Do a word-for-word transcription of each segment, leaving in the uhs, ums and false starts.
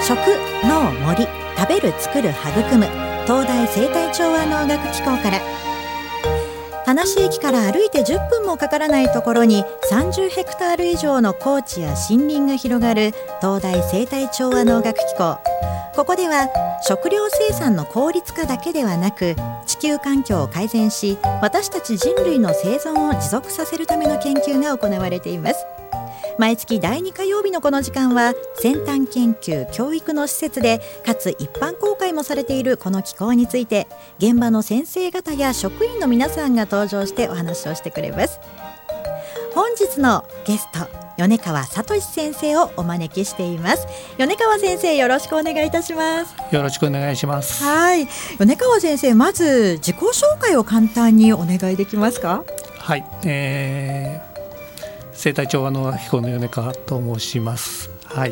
食農森食べる作る育む東大生態調和農学機構から、田無駅から歩いてじゅっぷんもかからないところにさんじゅうヘクタール以上の高地や森林が広がる東大生態調和農学機構。ここでは食料生産の効率化だけではなく、地球環境を改善し、私たち人類の生存を持続させるための研究が行われています。毎月だいに火曜日のこの時間は、先端研究教育の施設でかつ一般公開もされているこの機構について、現場の先生方や職員の皆さんが登場してお話をしてくれます。本日のゲスト、米川聡先生をお招きしています。米川先生、よろしくお願いいたします。 よろしくお願いします。 はい、米川先生、まず自己紹介を簡単にお願いできますか？ はい、えー生態調和農学機構の米川と申します。はい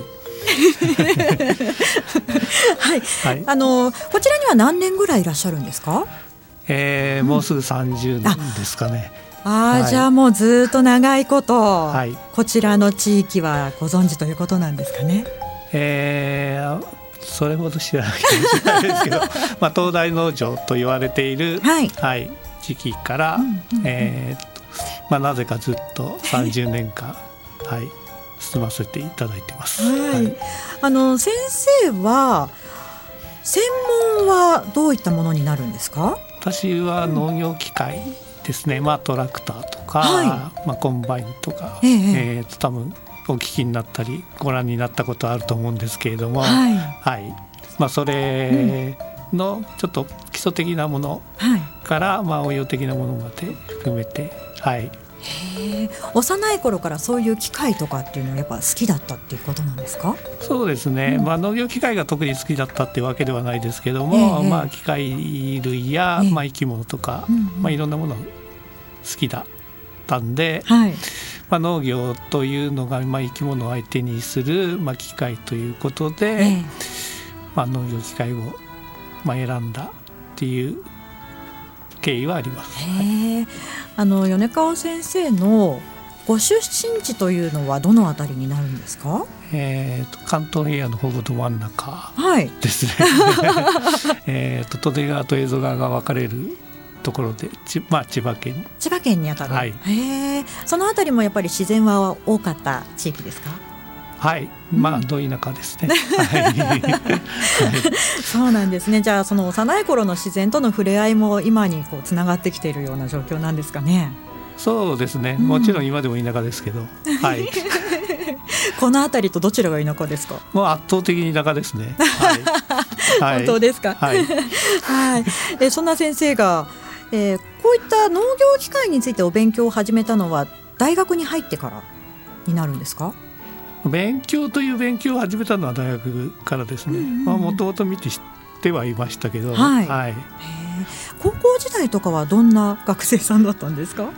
はい、はい、あのこちらには何年ぐらいいらっしゃるんですか？ えーうん、もうすぐさんじゅうねんですかね。 ああ、はい、じゃあもうずっと長いこと、 はい、 こちらの地域はご存知ということなんですかね。 えー、それほど知らないかもしれないですけどまあ東大農場と言われている、はいはい、時期から、うんうんうん、えーまあ、なぜかずっとさんじゅうねんかん、はい、進ませていただいてます。 はい、あの先生は専門はどういったものになるんですか？ 私は農業機械ですね、まあ、トラクターとか、はい、まあ、コンバインとか、えええー、と多分お聞きになったりご覧になったことあると思うんですけれども、はいはい、まあ、それのちょっと基礎的なものから、はい、まあ、応用的なものまで含めて、はい、 へ、幼い頃からそういう機械とかっていうのはやっぱ好きだったっていうことなんですか？ そうですね、うん、まあ、農業機械が特に好きだったっていうわけではないですけども、えーまあ、機械類や、えーまあ、生き物とか、うんうん、まあ、いろんなもの好きだったんで、はい、まあ、農業というのが、まあ、生き物を相手にする、まあ、機械ということで、えーまあ、農業機械を、まあ、選んだっていう経緯はあります。 へ、はい、あの米川先生のご出身地というのはどのあたりになるんですか？ えー、と関東平野のほぼど真ん中ですね、はいえと利根川と蝦夷川が分かれるところで、ち、まあ、千葉県千葉県にあたる、 はい、 へ、そのあたりもやっぱり自然は多かった地域ですか？ はい、まあ、ど田舎ですね、はいはい、 そうなんですね。じゃあその幼い頃の自然との触れ合いも今にこうつながってきているような状況なんですかね。 そうですね、もちろん今でも田舎ですけど、うん、はい、 この辺りとどちらが田舎ですか？ もう圧倒的に田舎ですね、はい、 本当ですか？はい、はい、えそんな先生が、えー、こういった農業機械についてお勉強を始めたのは大学に入ってからになるんですか？ 勉強という勉強を始めたのは大学からですね。もともと見て知ってはいましたけど、はいはい、へ、 高校時代とかはどんな学生さんだったんですか？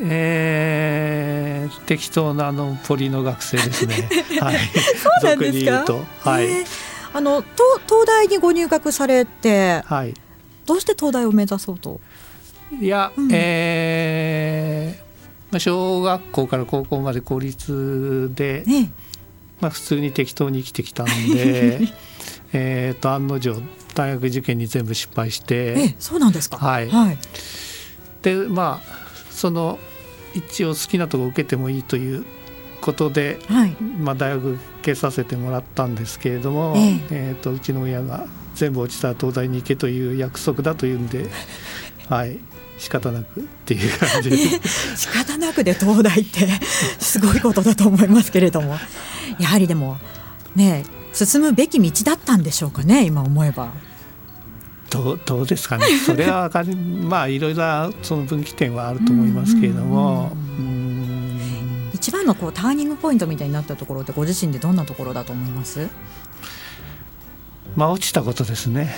えー、適当なあのポリの学生ですね、はい、 そうなんですか？ と、はい、 あの東大にご入学されて、はい、どうして東大を目指そうと？ いや、うん、えー、小学校から高校まで公立で、ね、まあ、普通に適当に生きてきたんでえと案の定大学受験に全部失敗して、 え、そうなんですか？ はい、はい、でまあその一応好きなところ受けてもいいということで、はい、まあ、大学受けさせてもらったんですけれども、えええー、とうちの親が全部落ちたら東大に行けという約束だというんではい、仕方なくっていう感じで仕方なくで東大ってすごいことだと思いますけれども、やはりでもね、進むべき道だったんでしょうかね、今思えば。 どう、どうですかね、それはかりまあいろいろなその分岐点はあると思いますけれども、うんうん、 一番のこうターニングポイントみたいになったところってご自身でどんなところだと思います？ まあ落ちたことですね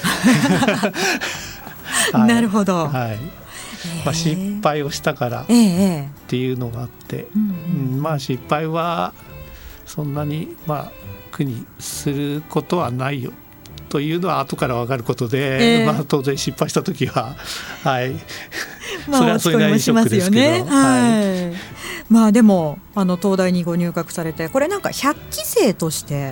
はい、なるほど、 はい、まあ、失敗をしたからっていうのがあって、うんうん、まあ失敗はそんなにまあ苦にすることはないよというのは後から分かることで、えーまあ、当然失敗した時は、はい、 まあ、それはそれなりにショックですけど、ね、はいはい、まあ、でもあの東大にご入学されて、これなんかひゃっき生として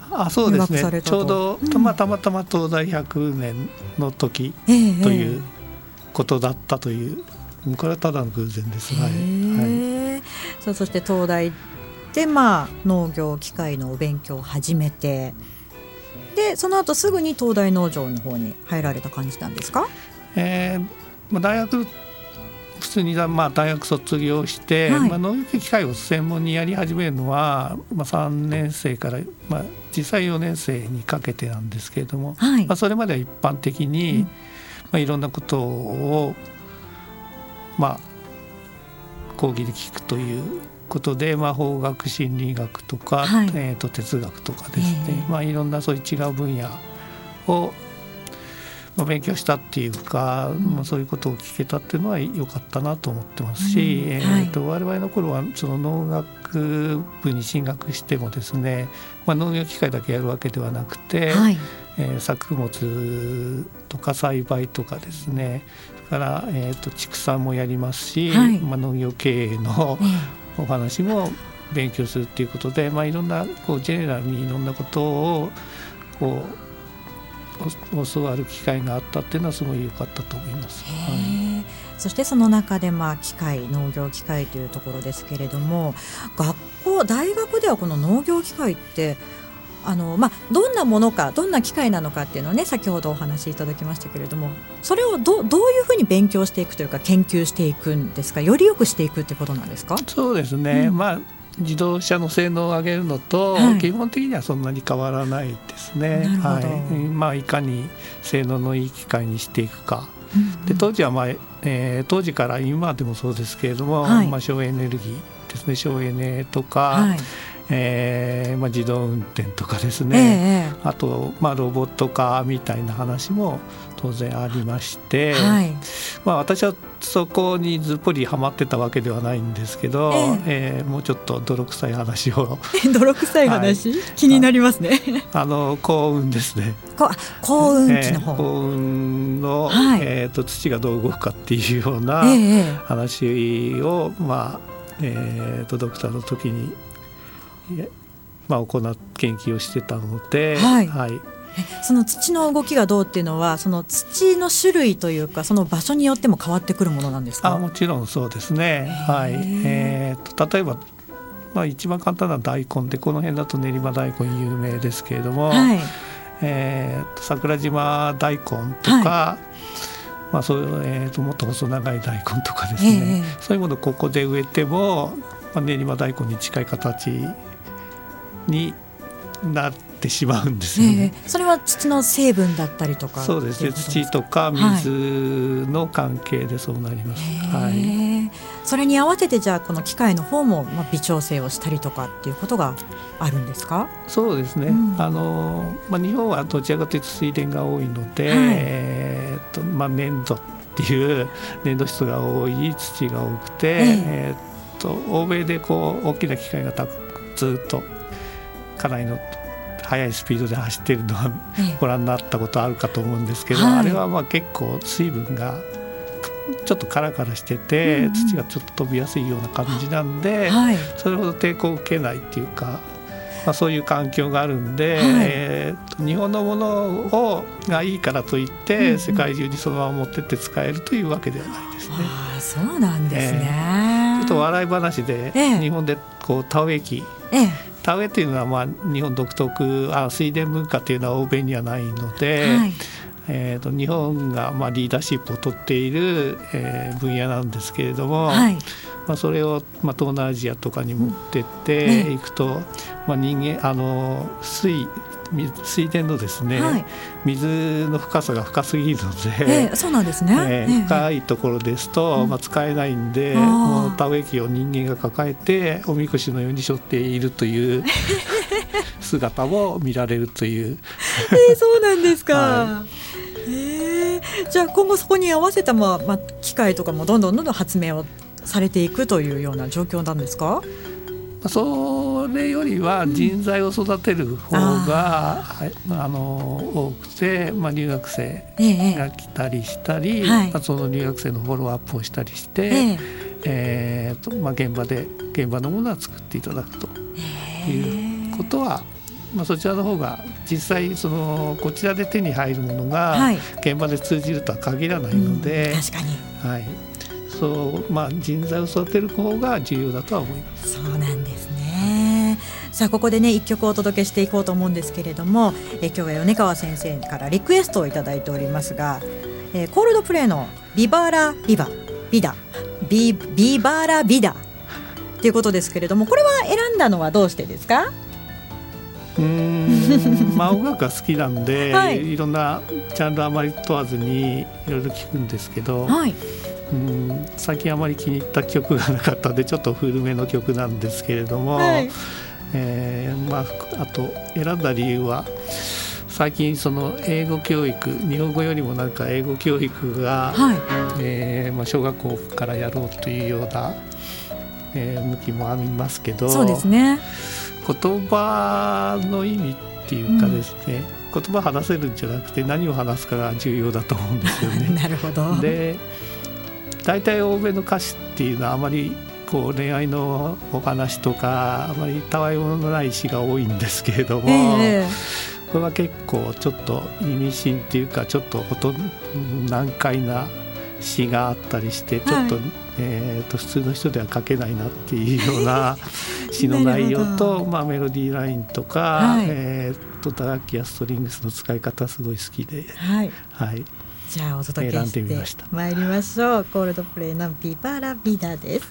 あそうですね、 入学されたと。 ちょうど、 うん、 まあ、たまたま東大ひゃくねんの時えー、 ということだったという、これはただの偶然です。はい、 はい、さあそして東大で、まあ、農業機械のお勉強を始めて、でその後すぐに東大農場の方に入られた感じなんですか？ えーまあ、大学普通に、まあ、大学卒業して、はい、まあ、農業機械を専門にやり始めるのは、まあ、さんねん生から、まあ、実際よねん生にかけてなんですけれども、はい、まあ、それまでは一般的に、うん、まあ、いろんなことを、まあ、講義で聞くということで、まあ、法学心理学とか、はい、えー、と哲学とかですね、えーまあ、いろんなそういう違う分野をまあ、勉強したっていうか、うん、まあ、そういうことを聞けたっていうのは良かったなと思ってますし、うん、えーとはい、我々の頃はその農学部に進学してもですね、まあ、農業機械だけやるわけではなくて、はい、えー、作物とか栽培とかですね、それから、えーと畜産もやりますし、はい、まあ、農業経営のお話も勉強するっていうことで、まあ、いろんなこうジェネラルにいろんなことをこう教わる機会があったっていうのはすごい良かったと思います。はい、 そしてその中で、まあ、機械農業機械というところですけれども、学校大学ではこの農業機械ってあの、まあ、どんなものかどんな機械なのかっていうのをね、先ほどお話しいただきましたけれども、それを ど, どういうふうに勉強していくというか研究していくんですか？より良くしていくってことなんですか？ そうですね、うん、まあ自動車の性能を上げるのと、はい、基本的にはそんなに変わらないですね。はい、まあ、いかに性能のいい機械にしていくか、うんうん、で当時は、まあえー、当時から今でもそうですけれども、はい、まあ、省エネルギーですね、省エネとか、はい、えーまあ、自動運転とかですね、えー、あと、まあ、ロボット化みたいな話も当然ありまして、はい、まあ、私はそこにずっぽりはまってたわけではないんですけど、えーえー、もうちょっと泥臭い話を泥臭い話、はい、気になりますね。 あの幸運ですね。 幸運機の方、 えー、幸運の、はい、えー、と土がどう動くかっていうような話を、まあえー、とドクターの時に、まあ、行っ研究をしてたので、はいはい、 その土の動きがどうっていうのは、その土の種類というかその場所によっても変わってくるものなんですか？ あ、もちろんそうですね。はい、えー、と例えば、まあ、一番簡単な大根で、この辺だと練馬大根有名ですけれども、はい、えー、と桜島大根とか、はい、まあ、そういう、えー、ともっと細長い大根とかですね、えー、そういうものをここで植えても、まあ、練馬大根に近い形になってしまうんですよね。 えー、それは土の成分だったりとか？ そうですね、土とか水の関係でそうなります。はい、 はい、それに合わせてじゃあこの機械の方も、まあ、微調整をしたりとかっていうことがあるんですか？ そうですね、うん、あのまあ、日本はどちらかというと水田が多いので、はい、えーとまあ、粘土っていう粘土質が多い土が多くて、えーえー、と欧米でこう大きな機械がたずっとかなりの速いスピードで走っているのはご覧になったことあるかと思うんですけど、はい、あれはまあ結構水分がちょっとカラカラしてて、うんうん、土がちょっと飛びやすいような感じなんで、はい、それほど抵抗を受けないっていうか、まあ、そういう環境があるんで、はい、えー、日本のものをがいいからといって、うんうん、世界中にそのまま持ってって使えるというわけではないですね。 あ、そうなんですね。 えー、ちょっと笑い話で、えー、日本でこう田植え機、えー田植えというのはまあ日本独特、あ水田文化というのは欧米にはないので、はい、えー、と日本がまあリーダーシップを取っている、えー、分野なんですけれども、はい、まあ、それをまあ東南アジアとかに持ってっていくと、うんね、まあ、人間あの水水田のですね、はい、水の深さが深すぎるので、 えー、そうなんですね、 えー、深いところですと、まあ、使えないんで、うん、もう田植え機を人間が抱えておみこしのように背負っているという姿も見られるというえー、そうなんですか、はい、えー、じゃあ今後そこに合わせた、まあまあ、機械とかもどんどんどんどん発明をされていくというような状況なんですか？ それよりは人材を育てる方が、うん、あ, あの多くて、まあ、留学生が来たりしたり、ええ、はい、まあ、その留学生のフォローアップをしたりして、えええーとまあ、現場で現場のものは作っていただくということはまあ、そちらの方が実際そのこちらで手に入るものが現場で通じるとは限らないので、 はい、うん、確かに、 はい、そう、まあ、人材を育てる方が重要だとは思います。 そうなんですね。さあここでねいっきょくお届けしていこうと思うんですけれども、え今日は米川先生からリクエストをいただいておりますが、えー、コールドプレイのビバラビバビダビビバラビダということですけれども、これは選んだのはどうしてですか？ うーんまあ、音楽が好きなんで、はい、いろんなジャンルあまり問わずにいろいろ聴くんですけど、はい、うん最近あまり気に入った曲がなかったのでちょっと古めの曲なんですけれども、はい、えーまあ、あと選んだ理由は最近その英語教育、日本語よりもなんか英語教育が、はい、えーまあ、小学校からやろうというような、えー、向きもありますけど、 そうですね、 言葉の意味っていうかですね、うん、言葉話せるんじゃなくて何を話すかが重要だと思うんですよね。 なるほど。 で大体欧米の歌詞っていうのはあまりこう恋愛のお話とかあまりたわいものない詩が多いんですけれども、えー、これは結構ちょっと意味深っていうかちょっとほとんど難解な詩があったりしてちょっと、はい、えー、と普通の人では書けないなっていうような詩の内容と、まあ、メロディーラインとか、はい、えー、と打楽器やストリングスの使い方すごい好きで、はいはい、 じゃあお届けしてまいりましょう。コールドプレイのビバラビダです。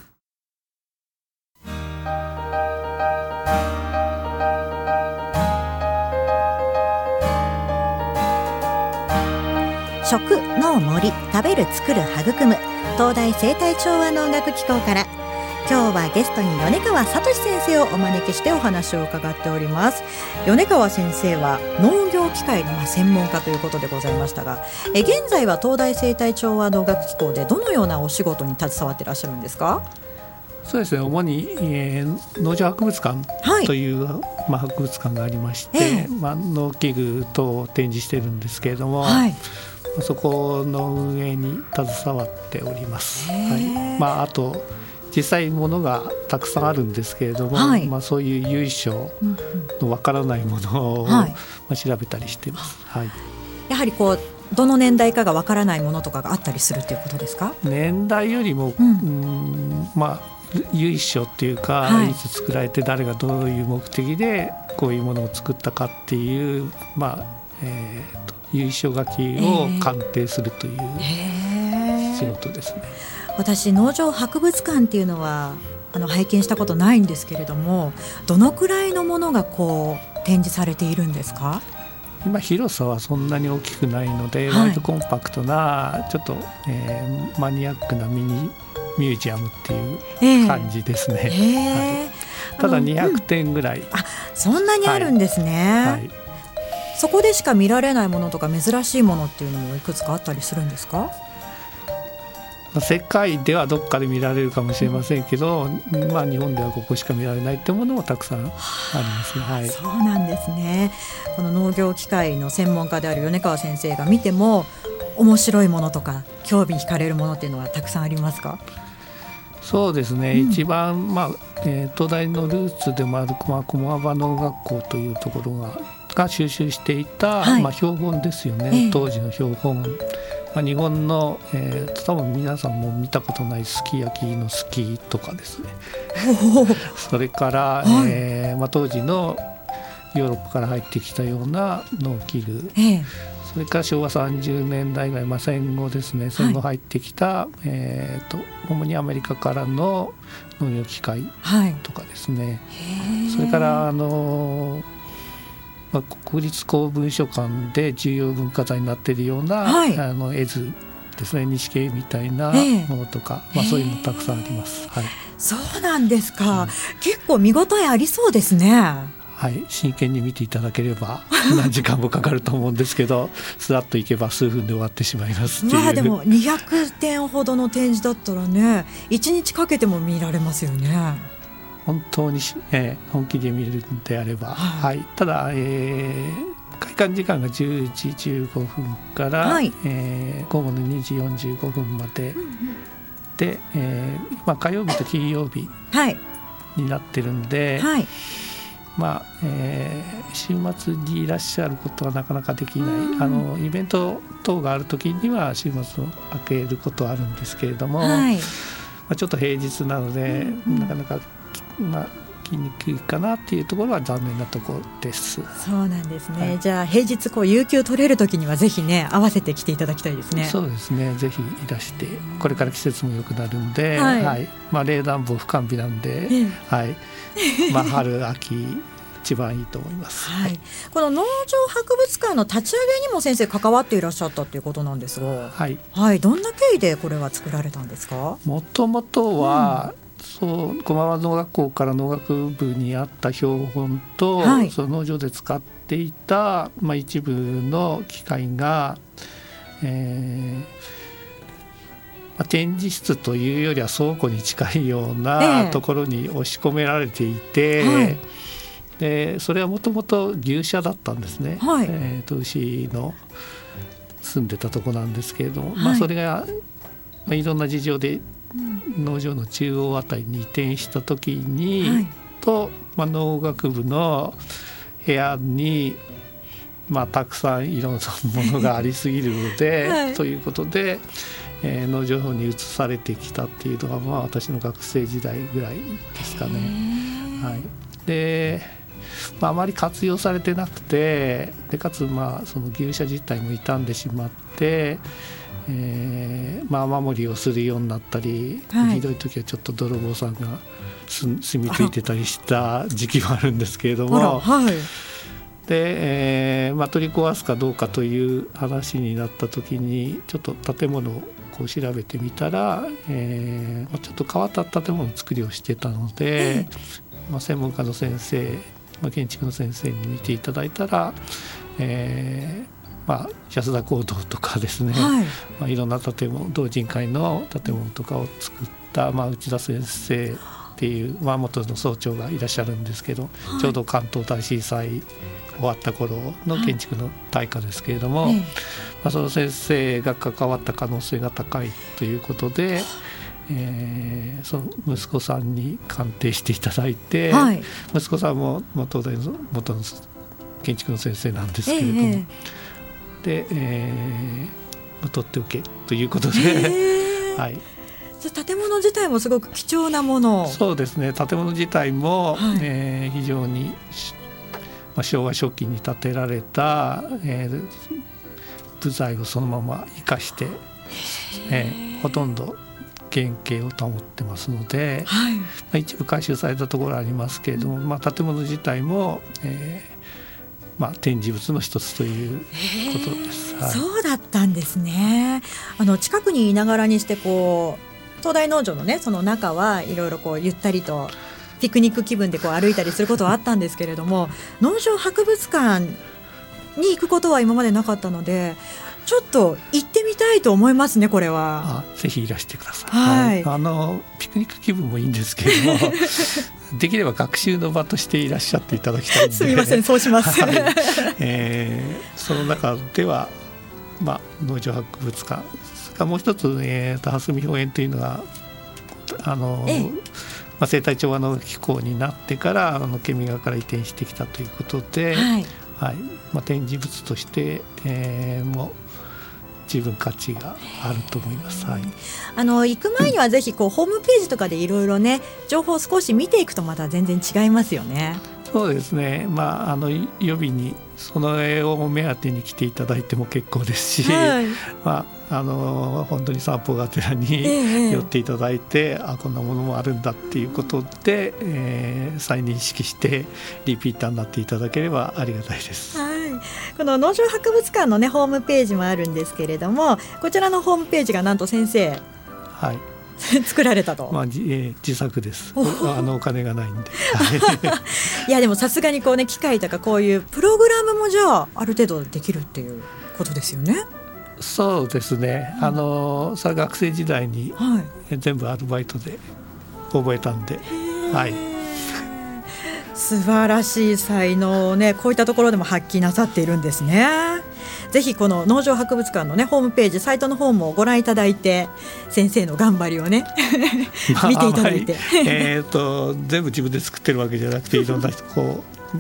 食農森食べる作る育む東大生態調和能楽機構から、今日はゲストに米川聡先生をお招きしてお話を伺っております。米川先生は農業機械の専門家ということでございましたが、え現在は東大生態調和能楽機構でどのようなお仕事に携わっていらっしゃるんですか？ そうですね、主に、えー、農場博物館という、はい、まあ、博物館がありまして、えーまあ、農機具等を展示してるんですけれども、はい、そこの運営に携わっております。はい、まあ、あと実際ものがたくさんあるんですけれども、はい、まあ、そういう由緒のわからないものを、はい、まあ、調べたりしています。はい、やはりこうどの年代かがわからないものとかがあったりするということですか？ 年代よりも、うん、うんまあ由緒っていうか、はい、いつ作られて誰がどういう目的でこういうものを作ったかっていう、まあえー、と由緒書きを鑑定するという仕事ですね。 えー、私農場博物館っていうのはあの拝見したことないんですけれども、どのくらいのものがこう展示されているんですか？ 今広さはそんなに大きくないので、はい、割とコンパクトなちょっと、えー、マニアックなミニミュージアムっていう感じですね。えーはい、ただにひゃくてんぐらい、うん、 あそんなにあるんですね。はいはい、そこでしか見られないものとか珍しいものっていうのもいくつかあったりするんですか？ 世界ではどっかで見られるかもしれませんけど、まあ、日本ではここしか見られないってものもたくさんありますね。はい、 そうなんですね。この農業機械の専門家である米川先生が見ても面白いものとか興味惹かれるものっていうのはたくさんありますか？ そうですね、うん、一番、まあえー、東大のルーツでもある、まあ、駒場農学校というところがが収集していた、はい、まあ、標本ですよね、ええ、当時の標本、まあ、日本の、えー、多分皆さんも見たことないすき焼きのすきとかですねそれから、はい、えーまあ、当時のヨーロッパから入ってきたような農機具、ええ、それからしょうわさんじゅうねんだいぐらい、まあ、戦後ですね、戦後入ってきた、はい、えー、と主にアメリカからの農業機械とかですね、はい、それからあのまあ、国立公文書館で重要文化財になっているような、はい、あの絵図ですね、錦絵みたいなものとか、まあ、そういうのたくさんあります。はい、 そうなんですか、うん、結構見応えありそうですね。 はい、真剣に見ていただければ何時間もかかると思うんですけどスラッといけば数分で終わってしまいますっていう。 まあでもにひゃくてんほどの展示だったらね、いちにちかけても見られますよね。 本当に、えー、本気で見るんであれば、はいはい、ただ、えー、開館時間がじゅうじじゅうごふんから、はい、えー、午後のにじよんじゅうごふんまで、うんうん、で、えーまあ、火曜日と金曜日になってるんで、はい、 まあえー、週末にいらっしゃることはなかなかできない、あのイベント等がある時には週末を開けることはあるんですけれども、はい、まあ、ちょっと平日なので、うん、なかなか、まあ、来にくいかなっていうところは残念なところです。 そうなんですね、はい、じゃあ平日こう有給取れる時にはぜひね合わせて来ていただきたいですね。 そうですね、ぜひいらして、これから季節も良くなるんで、はいはい、まあ、冷暖房不完備なんで、ええ、はい、まあ、春秋一番いいと思います、 はいはい、この農場博物館の立ち上げにも先生関わっていらっしゃったということなんですが、はいはい、どんな経緯でこれは作られたんですか？ もともとは、うん、そう駒場農学校から農学部にあった標本と、はい、その農場で使っていた、まあ、一部の機械が、えーまあ、展示室というよりは倉庫に近いようなところに押し込められていて、えーはい、でそれはもともと牛舎だったんですね、はい、えー、と牛の住んでたとこなんですけれども、はい、まあ、それが、まあ、いろんな事情で農場の中央あたりに移転した時に、はい、と、まあ、農学部の部屋に、まあ、たくさんいろんなものがありすぎるので、はい、ということで、えー、農場の方に移されてきたっていうのが、まあ、私の学生時代ぐらいですかね。はい、で、まあ、あまり活用されてなくて、でかつ、まあ、その牛舎自体も傷んでしまって、えーまあ、雨漏りをするようになったり、はい、ひどい時はちょっと泥棒さんが住み着いてたりした時期もあるんですけれども、はい、で、えーまあ、取り壊すかどうかという話になった時にちょっと建物をこう調べてみたら、えーまあ、ちょっと変わった建物の作りをしてたので、えーまあ、専門家の先生、まあ、建築の先生に見ていただいたら、えーまあ、安田講堂とかですね、はい、まあ、いろんな建物、同人会の建物とかを作った、まあ、内田先生っていう、まあ、元の総長がいらっしゃるんですけど、はい、ちょうど関東大震災終わった頃の建築の大家ですけれども、はい、まあ、その先生が関わった可能性が高いということで、えー、その息子さんに鑑定していただいて、はい、息子さんも東大の元の建築の先生なんですけれども、えーで、えー、取っておけということで、えーはい、 じゃ建物自体もすごく貴重なもの。 そうですね、建物自体も、はい、えー、非常に、まあ、昭和初期に建てられた、えー、部材をそのまま生かして、えー、ほとんど原型を保ってますので、はい、まあ、一部回収されたところありますけれども、まあ、建物自体も、えーまあ、展示物の一つということです、はい、 そうだったんですね。あの近くにいながらにしてこう東大農場のねその中はいろいろこうゆったりとピクニック気分でこう歩いたりすることはあったんですけれども、農場博物館に行くことは今までなかったのでちょっと行ってみたいと思いますね。これはあぜひいらしてください、はいはい、あのピクニック気分もいいんですけれどもできれば学習の場としていらっしゃっていただきたいので、 すみません、そうします、はい、 えー、その中では、まあ、農場博物館、それからもう一つ、えー、蓮見表園というのがあの、ええ、まあ、生態調和の機構になってからあのケミガから移転してきたということで、はいはい、まあ、展示物として、えー、もう十分価値があると思います、はい、 あの行く前にはぜひこうホームページとかでいろいろね情報を少し見ていくとまた全然違いますよね。 そうですね、まあ、あの予備にその絵を目当てに来ていただいても結構ですし、はい、まあ、あの本当に散歩がてらに寄っていただいて、ええ、あこんなものもあるんだっていうことで、えー、再認識してリピーターになっていただければありがたいです。 はい、この農場博物館の、ね、ホームページもあるんですけれども、こちらのホームページがなんと先生、はい作られたと、 まあじえー、自作です。あのお金がないんでいやでもさすがにこう、ね、機械とかこういうプログラムもじゃあある程度できるっていうことですよね。 そうですね、うん、あのさ学生時代に、はい、全部アルバイトで覚えたんで、はい、 素晴らしい才能を、ね、こういったところでも発揮なさっているんですね。ぜひこの農場博物館の、ね、ホームページサイトの方もご覧いただいて先生の頑張りをね見ていただいて、 えー、と全部自分で作ってるわけじゃなくていろんな人こう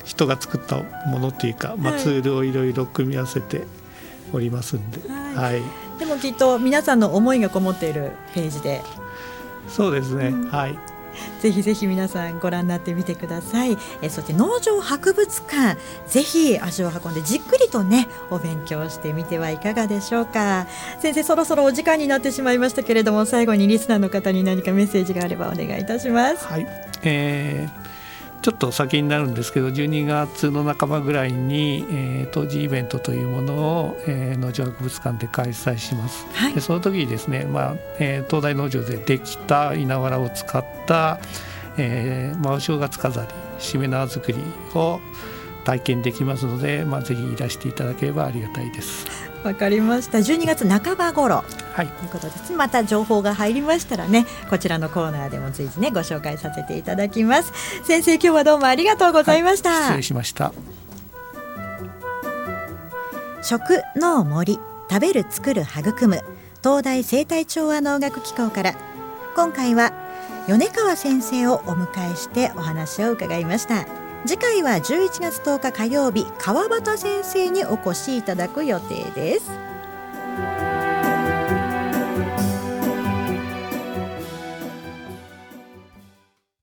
人が作ったものっていうか、まあ、ツールをいろいろ組み合わせておりますんで、はいはい、 でもきっと皆さんの思いがこもっているページで。 そうですね、うん、はい、 ぜひぜひ皆さんご覧になってみてください。えそして農場博物館、ぜひ足を運んでじっくりとねお勉強してみてはいかがでしょうか。先生、そろそろお時間になってしまいましたけれども、最後にリスナーの方に何かメッセージがあればお願いいたします。 はい、えーちょっと先になるんですけど、じゅうにがつの半ばぐらいに、えー、冬至イベントというものを、えー、農場博物館で開催します、はい、でその時にですね、まあえー、東大農場でできた稲わらを使った、えーまあ、お正月飾り、しめ縄作りを体験できますので、まあ、ぜひいらしていただければありがたいです。 わかりました。じゅうにがつなかば頃、 はい、 ということです。また情報が入りましたらね、こちらのコーナーでも随時ねご紹介させていただきます。先生、今日はどうもありがとうございました、はい、 失礼しました。 食農森、食べる作る育む、東大生態調和農学機構から今回は米川先生をお迎えしてお話を伺いました。次回はじゅういちがつとおか火曜日、川端先生にお越しいただく予定です。